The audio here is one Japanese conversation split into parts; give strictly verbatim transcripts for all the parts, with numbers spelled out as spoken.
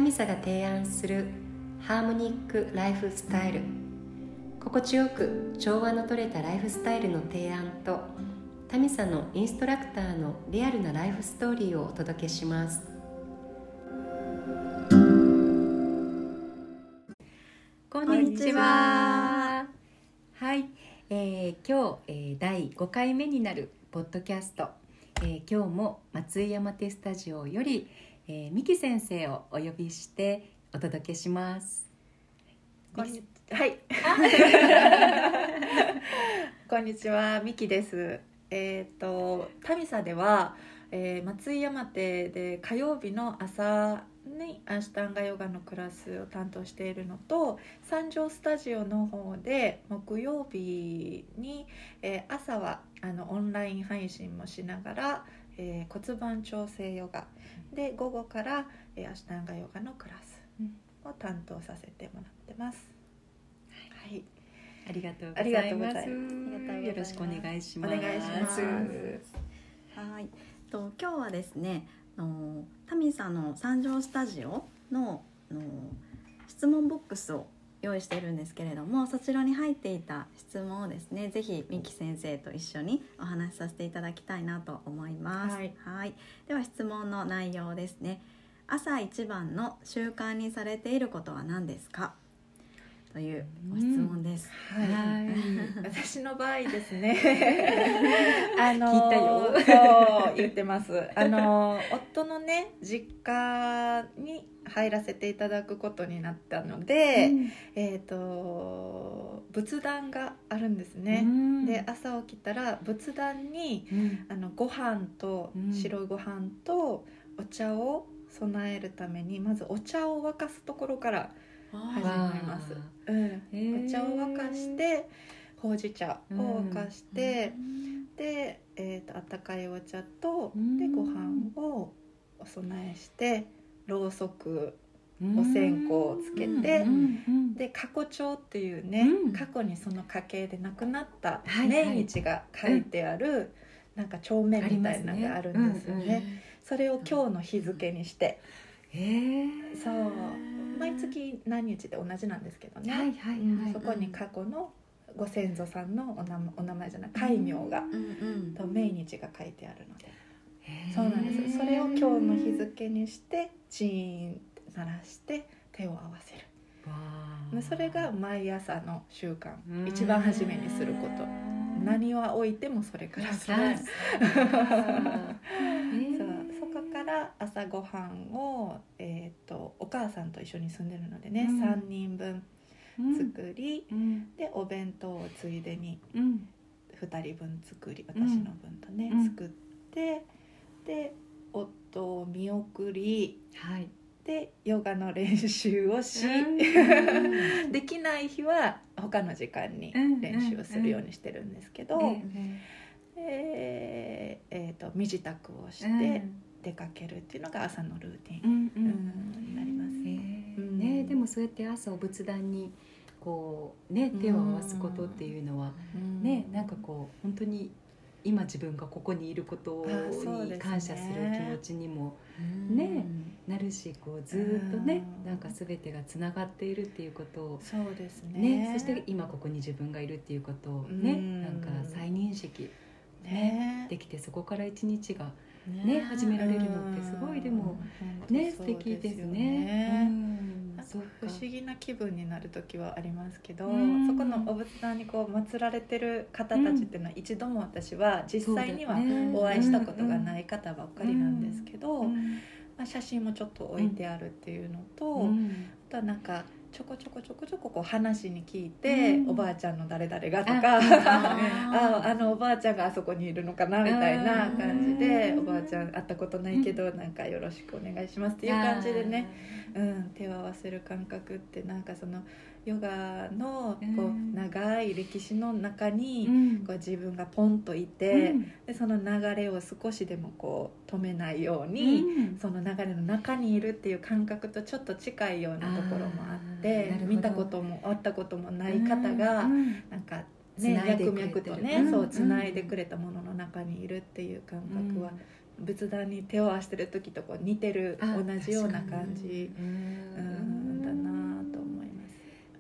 ミサが提案するハーモニックライフスタイル、心地よく調和の取れたライフスタイルの提案とタミサのインストラクターのリアルなライフストーリーをお届けします。こんにちは。はい、えー、今日、えー、だいごかいめになるポッドキャスト、えー、今日も松井山手スタジオより、えー、三木先生をお呼びしてお届けします。 こんにはいこんにちは、三木です。えっ、ー、とタミサでは、えー、松井山手で火曜日の朝にアシュタンガヨガのクラスを担当しているのと、三条スタジオの方で木曜日に、えー、朝はあのオンライン配信もしながら、えー、骨盤調整ヨガで、午後から、えー、アシュタンガヨガのクラスを担当させてもらってます。はい、 ありがとうございます。よろしくお願いします。 お願いします。 はい、と今日はですね、のタミサの三条スタジオ の, の質問ボックスを用意しているんですけれども、そちらに入っていた質問をですね、ぜひ三木先生と一緒にお話しさせていただきたいなと思います。はい、はい、では質問の内容ですね。朝一番の習慣にされていることは何ですか？というご質問です。 うん、はい、はい、私の場合ですねあの聞いたよそう言ってます。あの夫のね実家に入らせていただくことになったので、うん、えっ、ー、と仏壇があるんですね。うん、で朝起きたら仏壇に、うん、あのご飯と白いご飯とお茶を備えるために、まずお茶を沸かすところから始まります。うん、お茶を沸かしてほうじ茶を沸かして、うん、で、えーと、温かいお茶と、うん、でご飯をお供えして、ろうそく、お線香をつけて、うん、で過去帳っていうね、うん、過去にその家系で亡くなった命日が書いてある、はいはい、なんか帳面みたいなのがあるんですよね。うんうん、それを今日の日付にして、 へー、 そう毎月何日で同じなんですけどね、 はいはいはい、 うん、そこに過去のご先祖さんのお 名, お名前じゃない戒名が、うん、と命日が書いてあるので、そうなんです。それを今日の日付にしてチーンって鳴らして手を合わせる。わ、それが毎朝の習慣、一番初めにすること。何は置いてもそれからするそこから朝ごはんを、えー、とお母さんと一緒に住んでるのでね、うん、さんにんぶん作り、うん、でお弁当をついでにふたりぶん作り、私の分とね、うん、作って、で夫を見送り、はい、でヨガの練習をし、うん、できない日は他の時間に練習をするようにしてるんですけど、うんうんうん、えーえー、と身支度をして出かけるっていうのが朝のルーティン、うんうん、になります、 えーうんね、でもそうやって朝お仏壇にこう、ね、手を合わすことっていうのは、うんね、なんかこう本当に今自分がここにいることに感謝する気持ちにも、ね、なるし、こうずっとね、なんか全てがつながっているっていうことを、 そうですね、 ね、そして今ここに自分がいるっていうことをね、なんか再認識、ねね、できて、そこから一日が、ねね、始められるのってすごいでも、ね、素敵ですね。うん、 なんか不思議な気分になる時はありますけど、うん、そこのお仏壇にこう祀られてる方たちっていうのは、一度も私は実際にはお会いしたことがない方ばっかりなんですけど、まあ、写真もちょっと置いてあるっていうのと、うん、あとはなんかちょこちょこちょこちょここう話に聞いて、うん、おばあちゃんの誰々がとか あ, あ, あのおばあちゃんがあそこにいるのかなみたいな感じで、おばあちゃん会ったことないけど、うん、なんかよろしくお願いしますっていう感じでね、うん、手を合わせる感覚って、なんかそのヨガのこう長い歴史の中にこう自分がポンといて、でその流れを少しでもこう止めないように、その流れの中にいるっていう感覚とちょっと近いようなところもあって、見たことも会ったこともない方がなんかね、脈々とね、そうつないでくれたものの中にいるっていう感覚は、 仏壇に手を合わせてる時とこう似てる同じような感じうんうんだなと思います。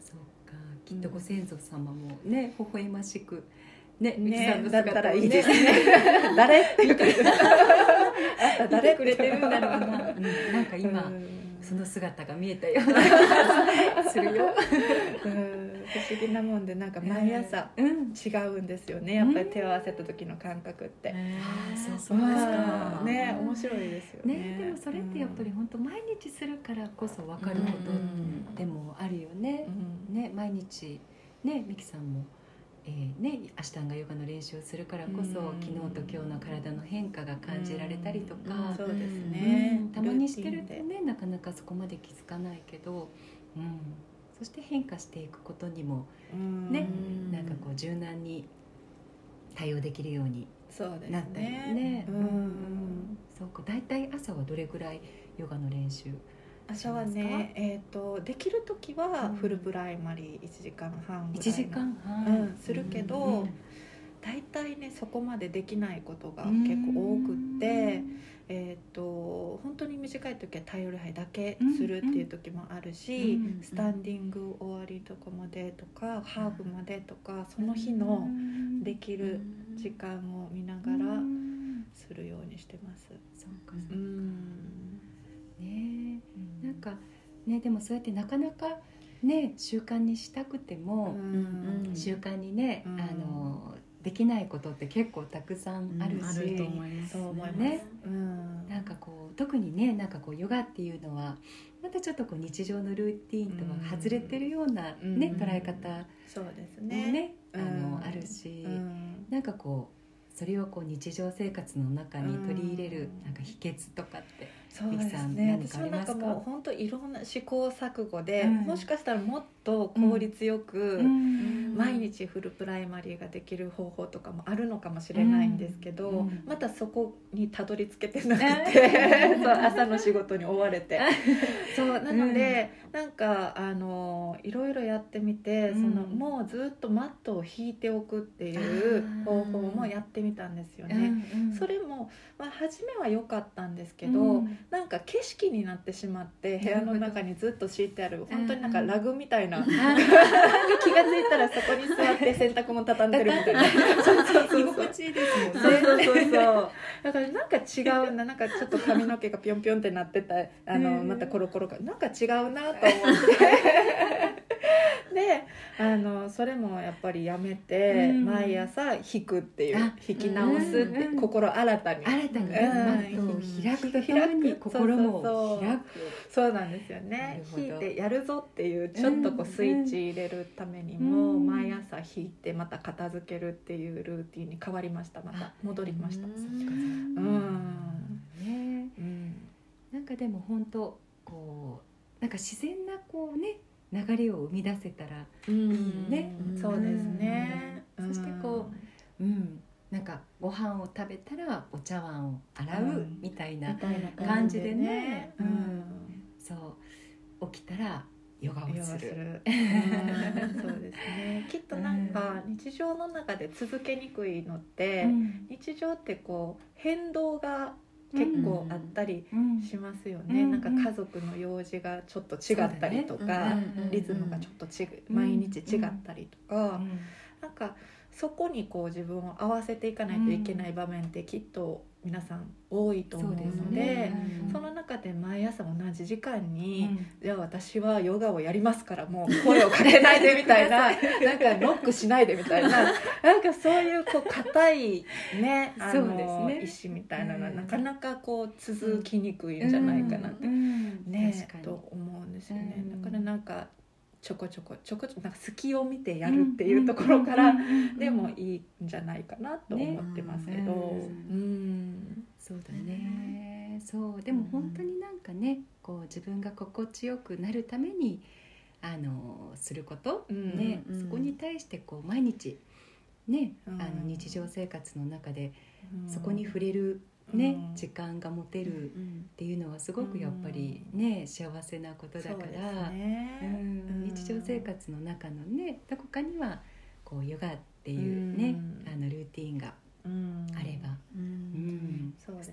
そうか、きっとご先祖様もね微笑ましくね、ミキねさんのだったらいい姿をねですね誰って言ってあんた誰見てくれてるんだろうな、うん、なんか今うんその姿が見えたような気がするようん不思議なもんでなんか毎朝うん違うんですよね、やっぱり手を合わせた時の感覚って、 ああそうそそううですですかかね面白いですよね。 ね、でもそれってやっぱり本当毎日するからこそ分かることでもあるよね、 うんね、毎日ねミキさんも、えーね、アシタンガヨガの練習をするからこそ、 うん昨日と今日の体の変化が感じられたりとか、 うんそうですうね、 んたまにしてるとルーティンでねなかなかそこまで気づかないけど、うん、そして変化していくことにもうんねうんなんかこう柔軟に対応できるようにそうですねなったりね、 うんうんそうか、だいたい朝はどれぐらいヨガの練習？ 朝はね、えー、とできる時はフルプライマリーいちじかんはんぐらいのいちじかんはん、 うんするけど、 うん大体ねそこまでできないことが結構多くって、えー、と本当に短い時は太陽礼拝だけするっていう時もあるし、 うんスタンディング終わりとかまでとかハーフまでとかその日のできる時間を見ながらうんするようにしてます。 そうかうそうか、 んねえなんかねでもそうやってなかなかね習慣にしたくても、 うん習慣にね、 うんあのできないことって結構たくさんあるし、 うんあると思いますそう思います、 ねうんなんかこう特にねなんかこうヨガっていうのはまたちょっとこう日常のルーティーンとは外れてるような、ねうん捉え方そうですもねね、あのうんあるし、 うんなんかこうそれをこう日常生活の中に取り入れるうんなんか秘訣とかってそうですミキさんね。 何私はなんかありますか？ かもう本当いろんな試行錯誤で、 うんもしかしたらもっと効率よく、 うん毎日フルプライマリーができる方法とかもあるのかもしれないんですけど、 うんまたそこにたどり着けてなくてそう朝の仕事に追われてそうなので、なんかあのいろいろやってみて、 うんそのもうずっとマットを引いておくっていう方法もやってみたんですよね。 うんうんそれも、まあ、初めは良かったんですけど、 うんなんか景色になってしまって部屋の中にずっと敷いてある本当になんかうんラグみたいな、 あ気が付いたらそこに座って洗濯物畳んでるみたいなそうそうそうそう居心地いいですもんね。 そうそうそうそうだからなんか違うななんかちょっと髪の毛がピョンピョンってなってたあのうんまたコロコロがなんか違うなと思ってであのそれもやっぱりやめて、 うん毎朝弾くっていうあ弾き直すって、 うんうん心新たに新たにね、 うんマットを開くとともに心も開く。 そうなんですよね。 なるほど弾いてやるぞっていうちょっとこうスイッチ入れるためにも、 うん毎朝弾いてまた片付けるっていうルーティンに変わりました。また戻りました。 ううんね、 うんなんかでも本当こうなんか自然なこうね流れを生み出せたら、 うんねそうですね。 うんそしてこうん、なんかご飯を食べたらお茶碗を洗ううんみたいな、 みたいな感じでねううんんそう起きたらヨガをヨガする。 するうんそうですね。きっとなんか日常の中で続けにくいのって、 うん日常ってこう変動が結構あったりうんしますよね、 うんなんか家族の用事がちょっと違ったりとか、 そうだねうんリズムがちょっとちぐ、 うん毎日違ったりとか、 うんなんかそこにこう自分を合わせていかないといけない場面ってきっと皆さん多いと思うのそうで、 ですねその中で毎朝同じ時間に、 うんじゃあ私はヨガをやりますからもう声をかけないでみたいななんかノックしないでみたいななんかそういうこう硬いねあそうのですね意志みたいなのはうんなかなかこう続きにくいんじゃないかなって、 うんね確かにと思うんですよね、 うんだからなんかちょこちょこちょこちょこなんか隙を見てやるっていうところからでもいいんじゃないかなと思ってますけど、 ねううんそうだね、そうでも本当になんかねこう自分が心地よくなるためにあのすること、 うんねうんそこに対してこう毎日ね、 うんあの日常生活の中でうんそこに触れる、ねうん時間が持てるっうんていうのはすごくやっぱりね幸せなことだかそうですら、 ねうん日常生活の中のねどこかにはこうヨガっていうね、 うんあのルーティンがうんあれば、 ううんんそうです素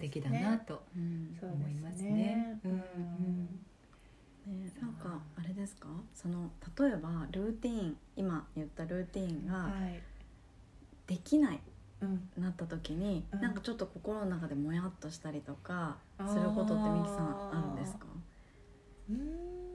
敵だなと思いますね。うんうんね、なんかあれですか、その例えばルーティーン、今言ったルーティーンができない、うん、なった時に、うん、なんかちょっと心の中でもやっとしたりとかすることってみきさんあるんですか？ うーん、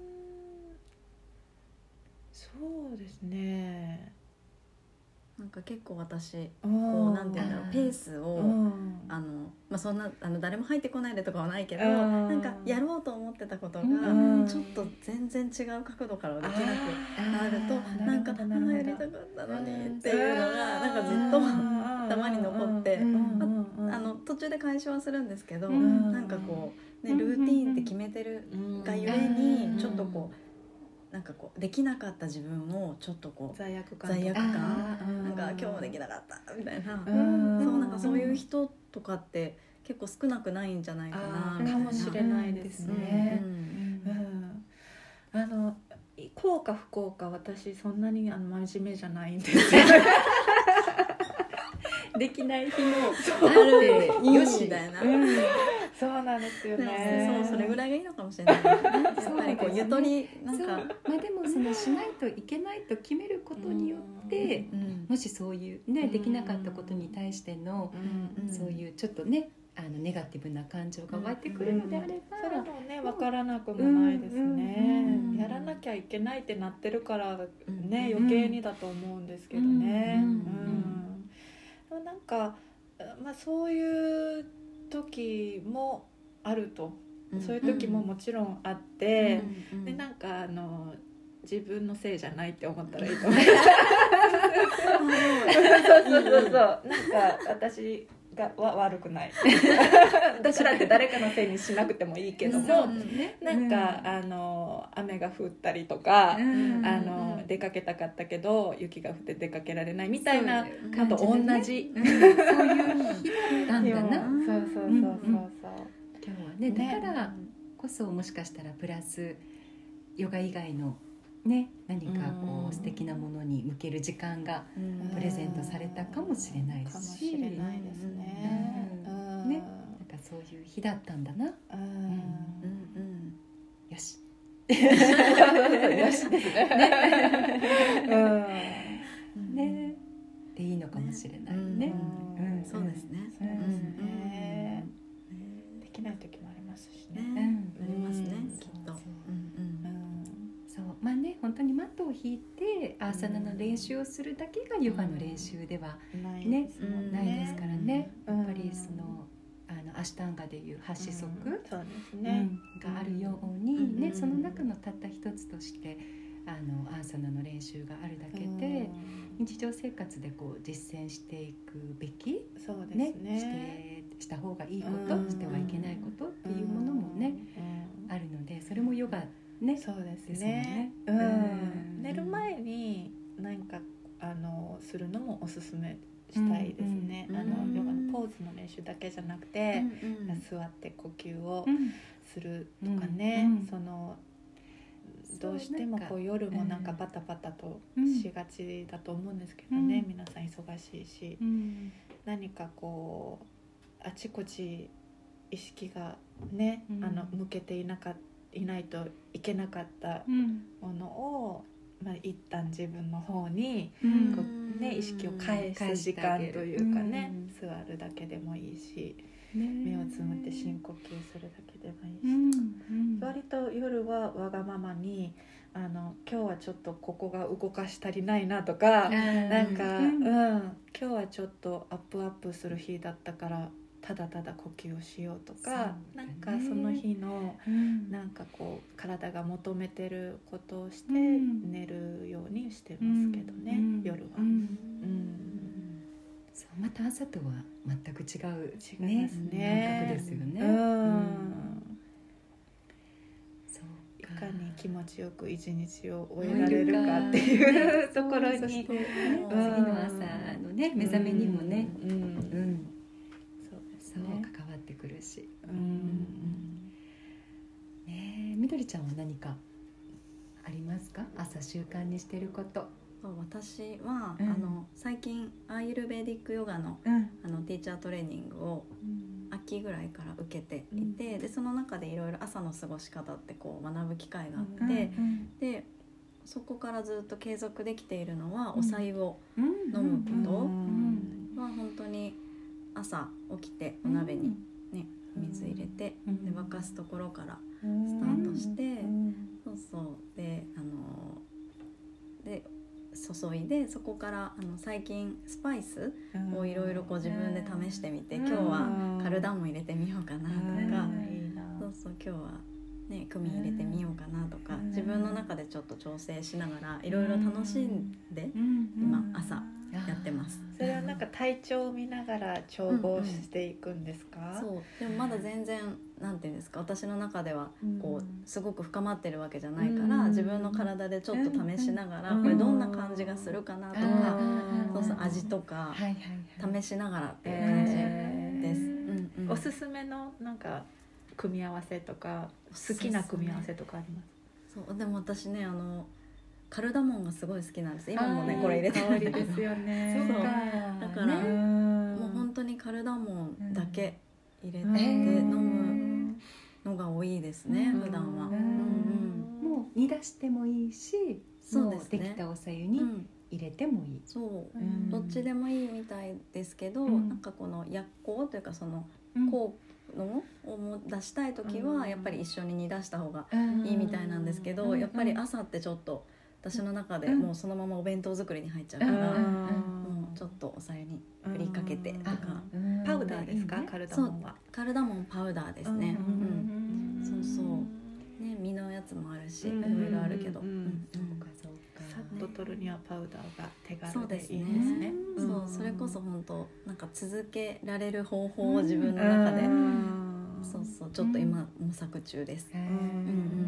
そうですね。 なんか結構私こうなんていうんだろう、ペースを、うん、あのまあ、そんなあの誰も入ってこないでとかはないけど、なんかやろうと思ってたことが、うん、ちょっと全然違う角度からできなくなると、なんかああやりたかったのにっていうのがなんかずっと頭に残って、まあ、あの途中で解消はするんですけど、うん、なんかこう、ね、ルーティーンって決めてるがゆえにちょっとこうなんかこうできなかった自分をちょっとこう罪悪感罪悪感なんか今日もできなかったみたいな、そうなんかそういう人とかって結構少なくないんじゃないかなかもしれないですね。あの幸か不幸か私そんなにあの真面目じゃないんですよ。 できない日もあるよしみたいな、うん、 そうなんですよね。 そう、それぐらいがいいのかもしれないですね。やっぱりこうゆとりなんか、 まあ、でもそのしないといけないと決めることによって、うん、もしそういうねできなかったことに対しての、うん、そういうちょっとねあのネガティブな感情が湧いてくるのであれば、 それもね分からなくもないですね。やらなきゃいけないってなってるからね、余計にだと思うんですけどね。うんうん、なんか、まあ、そういう時もあると、そういう時ももちろんあって、でなんかあの自分のせいじゃないって思ったらいいと思います。そうそうそうそう、なんか私がは悪くない。私だって誰かのせいにしなくてもいいけども、ね、なんか、うん、あの雨が降ったりとか、うん、あの出かけたかったけど雪が降って出かけられないみたいなのと同じ、 そういう日なんだな。 そうそうそうそうそう、うん、今日はね、だからこそもしかしたらプラスヨガ以外のね、何かこう素敵なものに向ける時間がプレゼントされたかもしれないし、 かもしれないですね。 うん、ね、なんかそういう日だったんだな。うんうんうん、よし。よしですね。ね、でいいのかもしれないね。 そうですね。 そうですね。できない時もありますしね。 ありますね、きっと。 そうまあね、本当にマットを引いてアーサナの練習をするだけがヨガの練習では、ね、ないですないですからね、やっぱりそのあのアシュタンガでいうはちしょく、 そうですね、 があるように、ね、その中のたった一つとしてあのアーサナの練習があるだけで、日常生活でこう実践していくべき、 そうですね、 ね、してした方がいいこと、してはいけないことっていうものもね、あるので、それもヨガね、 そうですね。うん、寝る前に何かあのするのもおすすめしたいですね。うんうん、あのヨガのポーズの練習だけじゃなくて、うんうん、座って呼吸をするとかね、うんうん、そのどうしてもこう夜もなんかパタパタとしがちだと思うんですけどね、うん、皆さん忙しいし、うん、何かこうあちこち意識がね、うん、あの向けていなかったいないといけなかったものを、うん、まあ、一旦自分の方にこう、ね、意識を返す時間というかね、うん、座るだけでもいいし、ね、目をつむって深呼吸するだけでもいいし、うん、割と夜はわがままにあの今日はちょっとここが動かし足りないなとか、なんか、うん、今日はちょっとアップアップする日だったからただただ呼吸をしようとか、ね、なんかその日の、うん、なんかこう体が求めてることをして寝るようにしてますけどね、うん、夜は、うんうん、 そうまた朝とは全く違う、 ね、違いますね、 感覚ですよね、 うんうん、そういかに気持ちよく一日を終えられるかっていうところに、ね、 次の朝のね目覚めにもね、うんうんそう関わってくるし、うんうんね、みどりちゃんは何かありますか？朝習慣にしてること。 そう私は、うん、あの最近アーユルベーディックヨガの、うん、あのティーチャートレーニングを、うん、 秋ぐらいから受けていて、うん、でその中でいろいろ朝の過ごし方ってこう学ぶ機会があって、うんうん、でそこからずっと継続できているのはお白湯を飲むことは本当に朝起きてお鍋に、ね、水入れてで沸かすところからスタートして、そうそうであので注いでそこからあの最近スパイスをいろいろ自分で試してみて、今日はカルダモン入れてみようかなとか、そうそう今日はね、クミン入れてみようかなとか、自分の中でちょっと調整しながらいろいろ楽しんで今朝やってます。 それはなんか体調を見ながら調合していくんですか？ うんうん、そうでもまだ全然なんていうんですか、私の中ではこうすごく深まってるわけじゃないから、自分の体でちょっと試しながらこれどんな感じがするかなとか、そうそう味とか試しながらっていう感じです。うんうん、 おすすめのなんか組み合わせとか好きな組み合わせとかあります？ そうでも私ねあのカルダモンがすごい好きなんです。今もねこれ入れてる香りですよね。 そうだから、ね、もう本当にカルダモンだけ入れて飲むのが多いですね、普段は。うんうん、 もう煮出してもいいし、そうですね、もうできたお白湯に入れてもいい。 そう、うん、どっちでもいいみたいですけど、うん、なんかこの薬効というかその効のを出したい時はやっぱり一緒に煮出した方がいいみたいなんですけど、やっぱり朝ってちょっと私の中でもうそのままお弁当作りに入っちゃうから、もうちょっとお白湯に振りかけてとか。 パウダーですか？カルダモンはカルダモンパウダーですね。うん、そうそうね、実のやつもあるしいろいろあるけど、 さっと取るにはパウダーが手軽でいいですね。 そう、それこそ本当なんか続けられる方法を自分の中で、そうそうちょっと今模索中です。うんうん、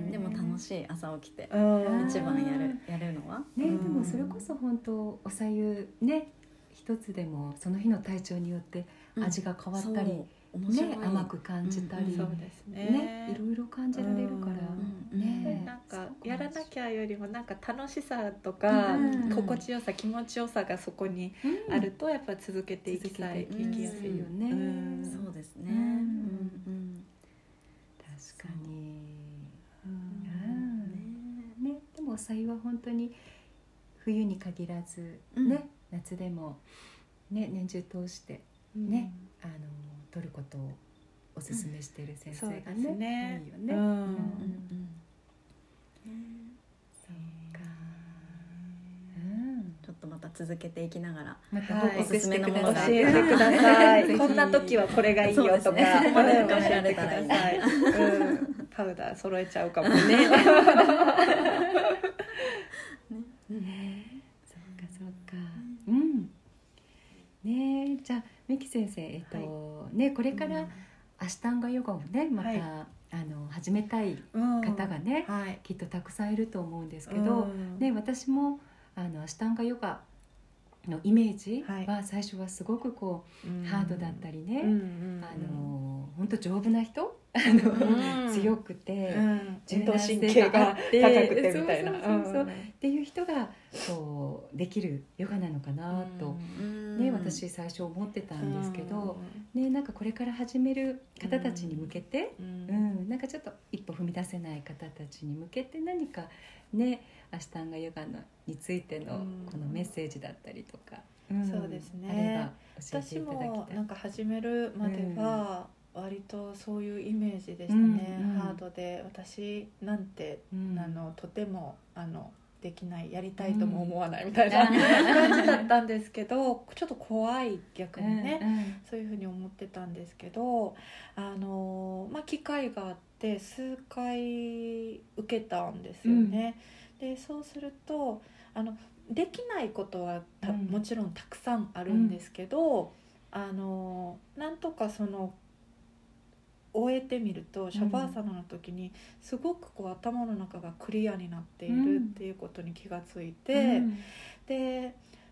でも楽しい、朝起きて一番やるやるのはね。でもそれこそ本当お白湯ね、一つでもその日の体調によって味が変わったり、うんね、甘く感じたり、うん、 そうですね、 ね、いろいろ感じられるから、うんね、 なんかやらなきゃよりもなんか楽しさとか、うん、心地よさ気持ちよさがそこにあるとやっぱ続けていきたい、うん、いきやすいよね、うん、 そうですね、うんうん、 確かに、うんね、でもお白湯は本当に冬に限らず、ね、うん、夏でも、ね、年中通してね、うん、あの取ることをおすすめしている先生がね、うん、そうですね、いいよね、うんうんうん、 そうか、うん、ちょっとまた続けていきながらまた報告してください、 教えてくださいこんな時はこれがいいよとか、ね、まだ教えてください、うん、パウダー揃えちゃうかもねね、 ね、そうかそうか、うんね、じゃあ三木先生、えっと、はい、ね、これからアシタンガヨガをねまた、はい、あの始めたい方がね、うんはい、きっとたくさんいると思うんですけど、うん、ね、私もあのアシタンガヨガのイメージは最初はすごくこう、はい、ハードだったりね、うん、あの本当丈夫な人あの、うん、強くて、うん、柔軟性があって高くてみたいなっていう人がこうできるヨガなのかなと、うん、ね、私最初思ってたんですけど、うん、ね、なんかこれから始める方たちに向けて、うんうん、なんかちょっと一歩踏み出せない方たちに向けて何かね、アシタンガヨガのについてのこのメッセージだったりとか、 うん、そうですね、あれば教えていただきたい。私もなんか始めるまでは、うん、割とそういうイメージでしたね、うんうん、ハードで私なんて、うん、あのとてもあのできない、やりたいとも思わないみたいな、うん、感じだったんですけどちょっと怖い、逆にね、うんうん、そういうふうに思ってたんですけど、あの、まあ、機会があって数回受けたんですよね、うん、でそうするとあのできないことはた、うん、もちろんたくさんあるんですけど、うん、あのなんとかその終えてみるとシャバーサナの時にすごくこう頭の中がクリアになっているっていうことに気がついて、うん、で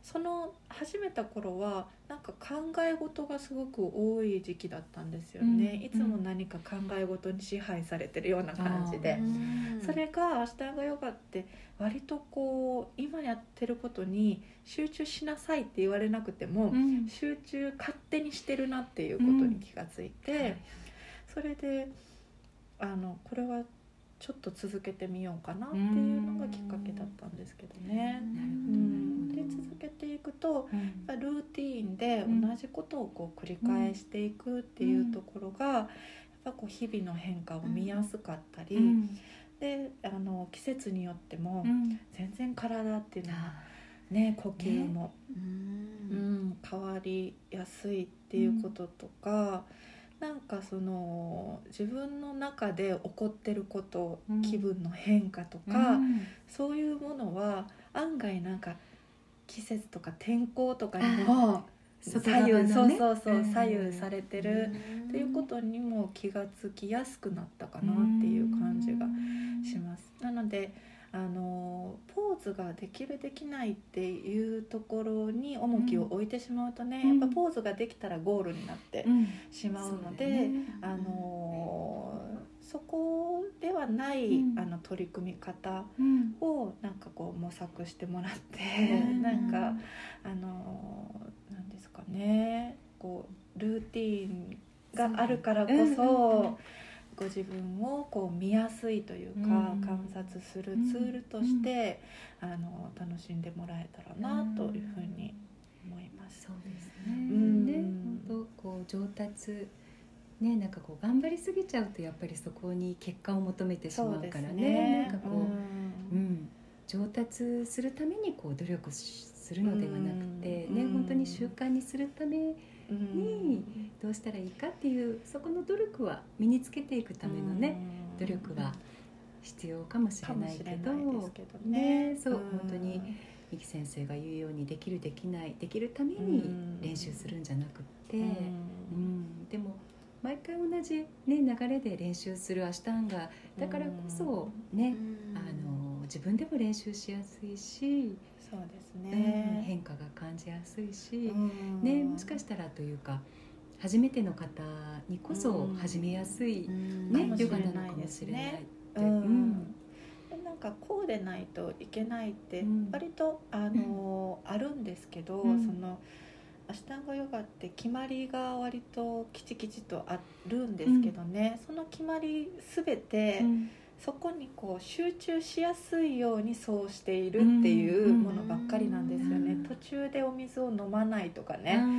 その始めた頃はなんか考え事がすごく多い時期だったんですよね、うん、いつも何か考え事に支配されてるような感じで、それがアシタンガヨガって割とこう今やってることに集中しなさいって言われなくても、うん、集中勝手にしてるなっていうことに気がついて、うんはい、それであのこれはちょっと続けてみようかなっていうのがきっかけだったんですけどね。で続けていくと、うん、ルーティーンで同じことをこう繰り返していくっていうところが、やっぱこう日々の変化を見やすかったり、うん、であの季節によっても全然体っていうのは、ね、呼吸も、ねうん、変わりやすいっていうこととか、なんかその自分の中で起こってること、うん、気分の変化とか、うん、そういうものは案外なんか季節とか天候とかにも左右、ね、そうそうそう、うん、左右されてるっていうことにも気がつきやすくなったかなっていう感じがします。なのであのポーズができるできないっていうところに重きを置いてしまうとね、うん、やっぱポーズができたらゴールになってしまうので、うん そ, ね、あのそこではない、うん、あの取り組み方をなんかこう模索してもらって、うん、なんかあのなんですかね、こうルーティーンがあるからこそご自分をこう見やすいというか、うん、観察するツールとして、うん、あの楽しんでもらえたらなというふうに思います。 そうですね。うん、で本当こう上達ね、なんかこう頑張りすぎちゃうとやっぱりそこに結果を求めてしまうから ね, ねなんかこう、うんうん、上達するためにこう努力するのではなくて、うんね、本当に習慣にするためにどうしたらいいかっていうそこの努力は身につけていくためのね、努力は必要かもしれないけど、ね、そう本当に三木先生が言うようにできるできないできるために練習するんじゃなくって、うんうん、でも毎回同じ、ね、流れで練習するアシュタンガだからこそ、ね、あの自分でも練習しやすいし、 そうですね、 うん、変化が感じやすいし、ね、もしかしたらというか初めての方にこそ始めやすい、ね、ヨガなのかもしれないって、うん、 なんかこうでないといけないって割と、うん、あの、うん、あるんですけど、うん、そのアシュタンガヨガって決まりが割ときちきちとあるんですけどね、うん、その決まりすべて、うん、そこにこう集中しやすいようにそうしているっていうものばっかりなんですよね、うん、途中でお水を飲まないとかね、うん、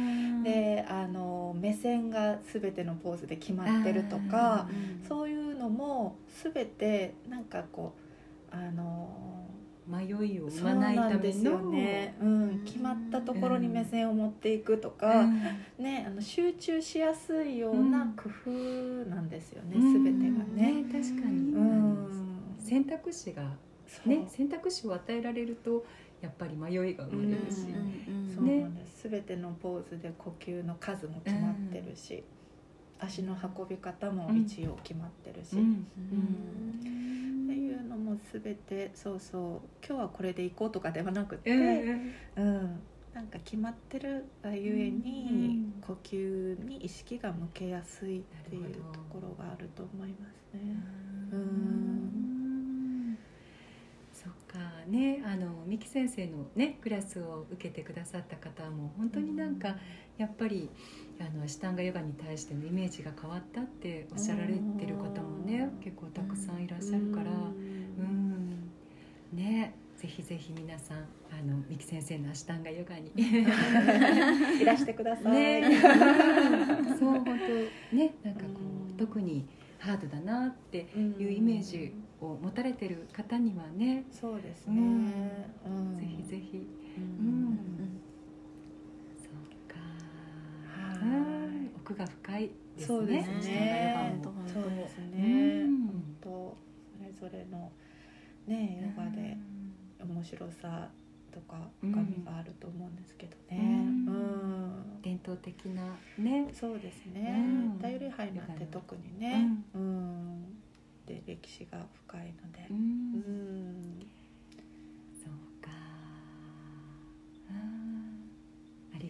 であの目線がすべてのポーズで決まってるとか、うん、そういうのもすべてなんかこうあの迷いを生まないための、 ねうん、決まったところに目線を持っていくとか、うんね、あの集中しやすいような工夫なんですよね、うん、全てがね、 ね確かに、うん、選択肢が、ね、選択肢を与えられるとやっぱり迷いが生まれるし、 うんうん、そうなんです、全てのポーズで呼吸の数も決まってるし、うん、足の運び方も一応決まってるし、うんうんっていうのも全てそうそう今日はこれで行こうとかではなくて、うんうん、なんか決まってるがゆえに、うん、呼吸に意識が向けやすいっていうところがあると思いますね。うんうんそっかね、あの三木先生のねクラスを受けてくださった方も本当になんか、うん、やっぱりあのアシュタンガヨガに対してのイメージが変わったっておっしゃられてる方もね結構たくさんいらっしゃるから、うんね、ぜひぜひ皆さんあの三木先生のアシュタンガヨガにいらしてください、ね、 そう本当ねなんかこう特にハードだなっていうイメージを持たれてる方にはね、 そうですね、 うんうん、ぜひぜひ、うんうん、そうか、はい奥が深いですね。 そうですね、そうですね、本当それぞれのねヨガで面白さとか深みがあると思うんですけどね、うんうん、 伝統的なねそうですね、うん、ダユリハイなんて特にね、うんうん、で歴史が深いので、うんうん、 そうかあ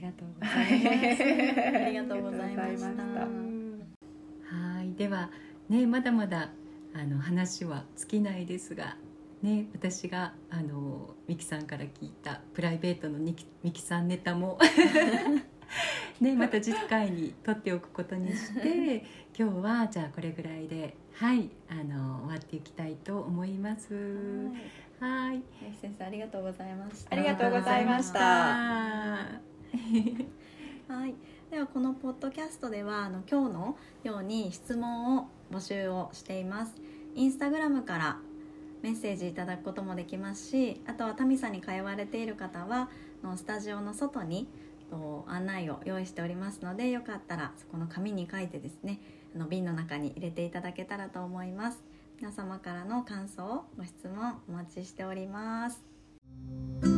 がとうございます。 ありがとうございました。 はい、ではね、まだまだあの話は尽きないですが、ね、私があのミキさんから聞いたプライベートのミキさんネタもね、また次回に取っておくことにして今日はじゃあこれぐらいで、はい、あの終わっていきたいと思います。はい、 林先生ありがとうございました。 ありがとうございました。 はい、ではこのポッドキャストではあの今日のように質問を募集をしています。インスタグラムからメッセージいただくこともできますし、あとはタミさんに通われている方はのスタジオの外に案内を用意しておりますので、よかったらそこの紙に書いてですね、あの瓶の中に入れていただけたらと思います。皆様からの感想、ご質問お待ちしております。